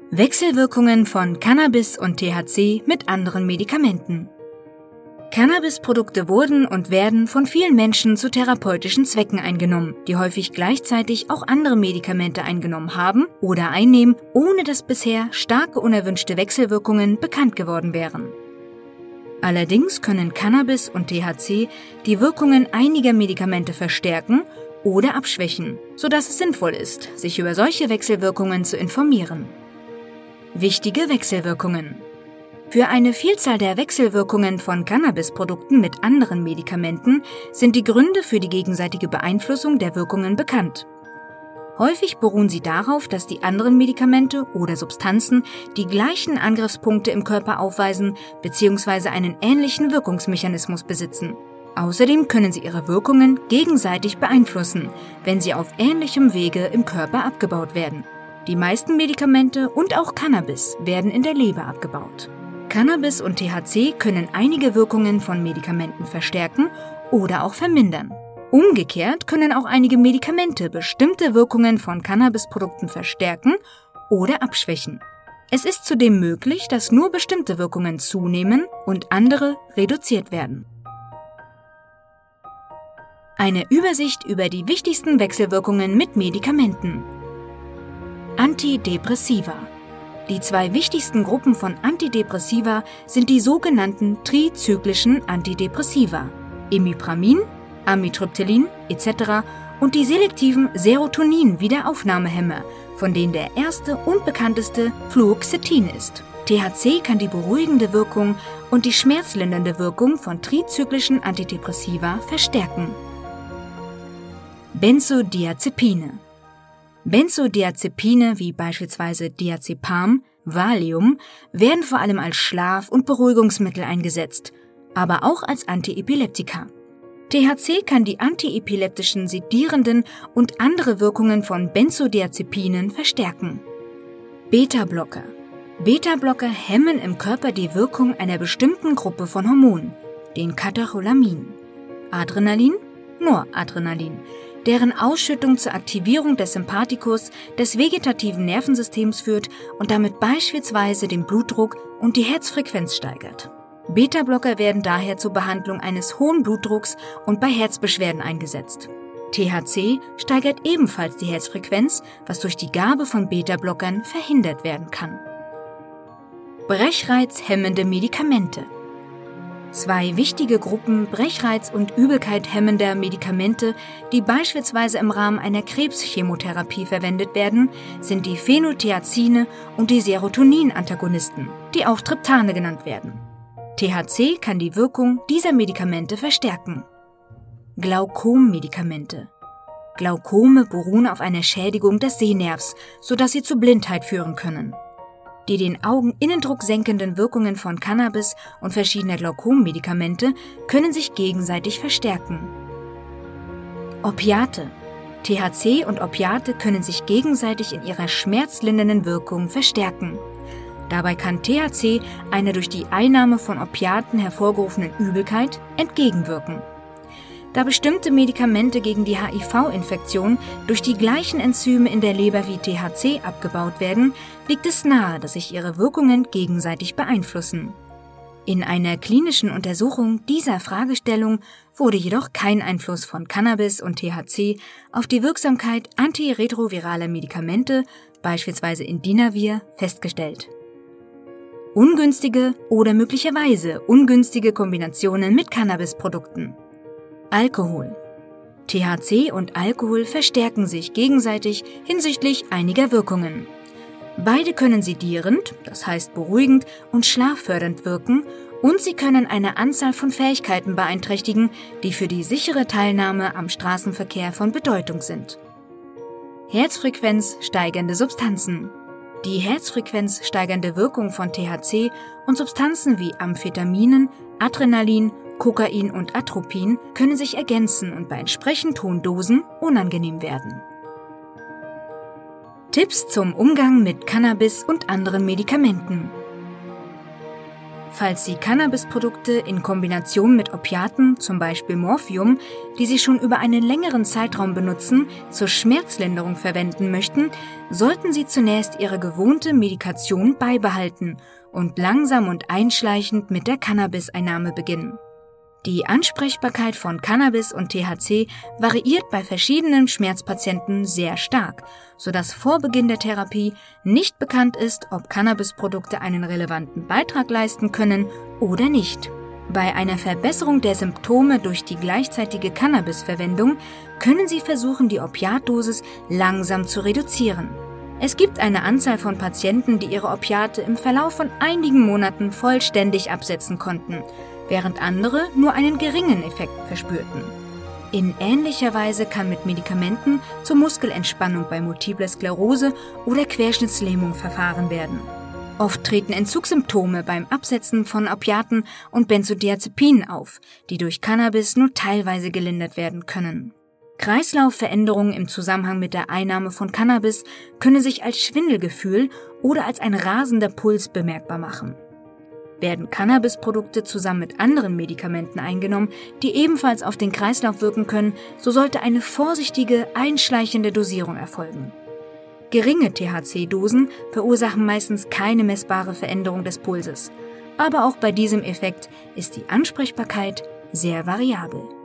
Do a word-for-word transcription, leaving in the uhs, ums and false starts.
Wechselwirkungen von Cannabis und T H C mit anderen Medikamenten. Cannabisprodukte wurden und werden von vielen Menschen zu therapeutischen Zwecken eingenommen, die häufig gleichzeitig auch andere Medikamente eingenommen haben oder einnehmen, ohne dass bisher starke unerwünschte Wechselwirkungen bekannt geworden wären. Allerdings können Cannabis und T H C die Wirkungen einiger Medikamente verstärken oder abschwächen, sodass es sinnvoll ist, sich über solche Wechselwirkungen zu informieren. Wichtige Wechselwirkungen. Für eine Vielzahl der Wechselwirkungen von Cannabisprodukten mit anderen Medikamenten sind die Gründe für die gegenseitige Beeinflussung der Wirkungen bekannt. Häufig beruhen sie darauf, dass die anderen Medikamente oder Substanzen die gleichen Angriffspunkte im Körper aufweisen bzw. einen ähnlichen Wirkungsmechanismus besitzen. Außerdem können sie ihre Wirkungen gegenseitig beeinflussen, wenn sie auf ähnlichem Wege im Körper abgebaut werden. Die meisten Medikamente und auch Cannabis werden in der Leber abgebaut. Cannabis und T H C können einige Wirkungen von Medikamenten verstärken oder auch vermindern. Umgekehrt können auch einige Medikamente bestimmte Wirkungen von Cannabisprodukten verstärken oder abschwächen. Es ist zudem möglich, dass nur bestimmte Wirkungen zunehmen und andere reduziert werden. Eine Übersicht über die wichtigsten Wechselwirkungen mit Medikamenten. Antidepressiva. Die zwei wichtigsten Gruppen von Antidepressiva sind die sogenannten trizyklischen Antidepressiva, Imipramin, Amitriptylin et cetera und die selektiven Serotonin-Wiederaufnahmehemmer, von denen der erste und bekannteste Fluoxetin ist. T H C kann die beruhigende Wirkung und die schmerzlindernde Wirkung von trizyklischen Antidepressiva verstärken. Benzodiazepine. Benzodiazepine wie beispielsweise Diazepam, Valium werden vor allem als Schlaf- und Beruhigungsmittel eingesetzt, aber auch als Antiepileptika. T H C kann die antiepileptischen sedierenden und andere Wirkungen von Benzodiazepinen verstärken. Beta-Blocker. Beta-Blocker hemmen im Körper die Wirkung einer bestimmten Gruppe von Hormonen, den Katecholaminen. Adrenalin, Noradrenalin, deren Ausschüttung zur Aktivierung des Sympathikus des vegetativen Nervensystems führt und damit beispielsweise den Blutdruck und die Herzfrequenz steigert. Beta-Blocker werden daher zur Behandlung eines hohen Blutdrucks und bei Herzbeschwerden eingesetzt. T H C steigert ebenfalls die Herzfrequenz, was durch die Gabe von Beta-Blockern verhindert werden kann. Brechreizhemmende Medikamente. Zwei wichtige Gruppen Brechreiz- und Übelkeit hemmender Medikamente, die beispielsweise im Rahmen einer Krebschemotherapie verwendet werden, sind die Phenothiazine und die Serotonin-Antagonisten, die auch Triptane genannt werden. T H C kann die Wirkung dieser Medikamente verstärken. Glaukommedikamente. Glaukome beruhen auf einer Schädigung des Sehnervs, sodass sie zu Blindheit führen können. Die den Augeninnendruck senkenden Wirkungen von Cannabis und verschiedener Glaukommedikamente können sich gegenseitig verstärken. Opiate. T H C und Opiate können sich gegenseitig in ihrer schmerzlindernden Wirkung verstärken. Dabei kann T H C einer durch die Einnahme von Opiaten hervorgerufenen Übelkeit entgegenwirken. Da bestimmte Medikamente gegen die H I V-Infektion durch die gleichen Enzyme in der Leber wie T H C abgebaut werden, liegt es nahe, dass sich ihre Wirkungen gegenseitig beeinflussen. In einer klinischen Untersuchung dieser Fragestellung wurde jedoch kein Einfluss von Cannabis und T H C auf die Wirksamkeit antiretroviraler Medikamente, beispielsweise Indinavir, festgestellt. Ungünstige oder möglicherweise ungünstige Kombinationen mit Cannabisprodukten. Alkohol. T H C und Alkohol verstärken sich gegenseitig hinsichtlich einiger Wirkungen. Beide können sedierend, das heißt beruhigend und schlaffördernd wirken, und sie können eine Anzahl von Fähigkeiten beeinträchtigen, die für die sichere Teilnahme am Straßenverkehr von Bedeutung sind. Herzfrequenz steigernde Substanzen. Die Herzfrequenz steigernde Wirkung von T H C und Substanzen wie Amphetaminen, Adrenalin, Kokain und Atropin können sich ergänzen und bei entsprechend hohen Dosen unangenehm werden. Tipps zum Umgang mit Cannabis und anderen Medikamenten. Falls Sie Cannabisprodukte in Kombination mit Opiaten, zum Beispiel Morphium, die Sie schon über einen längeren Zeitraum benutzen, zur Schmerzlinderung verwenden möchten, sollten Sie zunächst Ihre gewohnte Medikation beibehalten und langsam und einschleichend mit der Cannabiseinnahme beginnen. Die Ansprechbarkeit von Cannabis und T H C variiert bei verschiedenen Schmerzpatienten sehr stark, sodass vor Beginn der Therapie nicht bekannt ist, ob Cannabisprodukte einen relevanten Beitrag leisten können oder nicht. Bei einer Verbesserung der Symptome durch die gleichzeitige Cannabisverwendung können Sie versuchen, die Opiatdosis langsam zu reduzieren. Es gibt eine Anzahl von Patienten, die ihre Opiate im Verlauf von einigen Monaten vollständig absetzen konnten, während andere nur einen geringen Effekt verspürten. In ähnlicher Weise kann mit Medikamenten zur Muskelentspannung bei Multipler Sklerose oder Querschnittslähmung verfahren werden. Oft treten Entzugssymptome beim Absetzen von Opiaten und Benzodiazepinen auf, die durch Cannabis nur teilweise gelindert werden können. Kreislaufveränderungen im Zusammenhang mit der Einnahme von Cannabis können sich als Schwindelgefühl oder als ein rasender Puls bemerkbar machen. Werden Cannabisprodukte zusammen mit anderen Medikamenten eingenommen, die ebenfalls auf den Kreislauf wirken können, so sollte eine vorsichtige, einschleichende Dosierung erfolgen. Geringe T H C-Dosen verursachen meistens keine messbare Veränderung des Pulses, aber auch bei diesem Effekt ist die Ansprechbarkeit sehr variabel.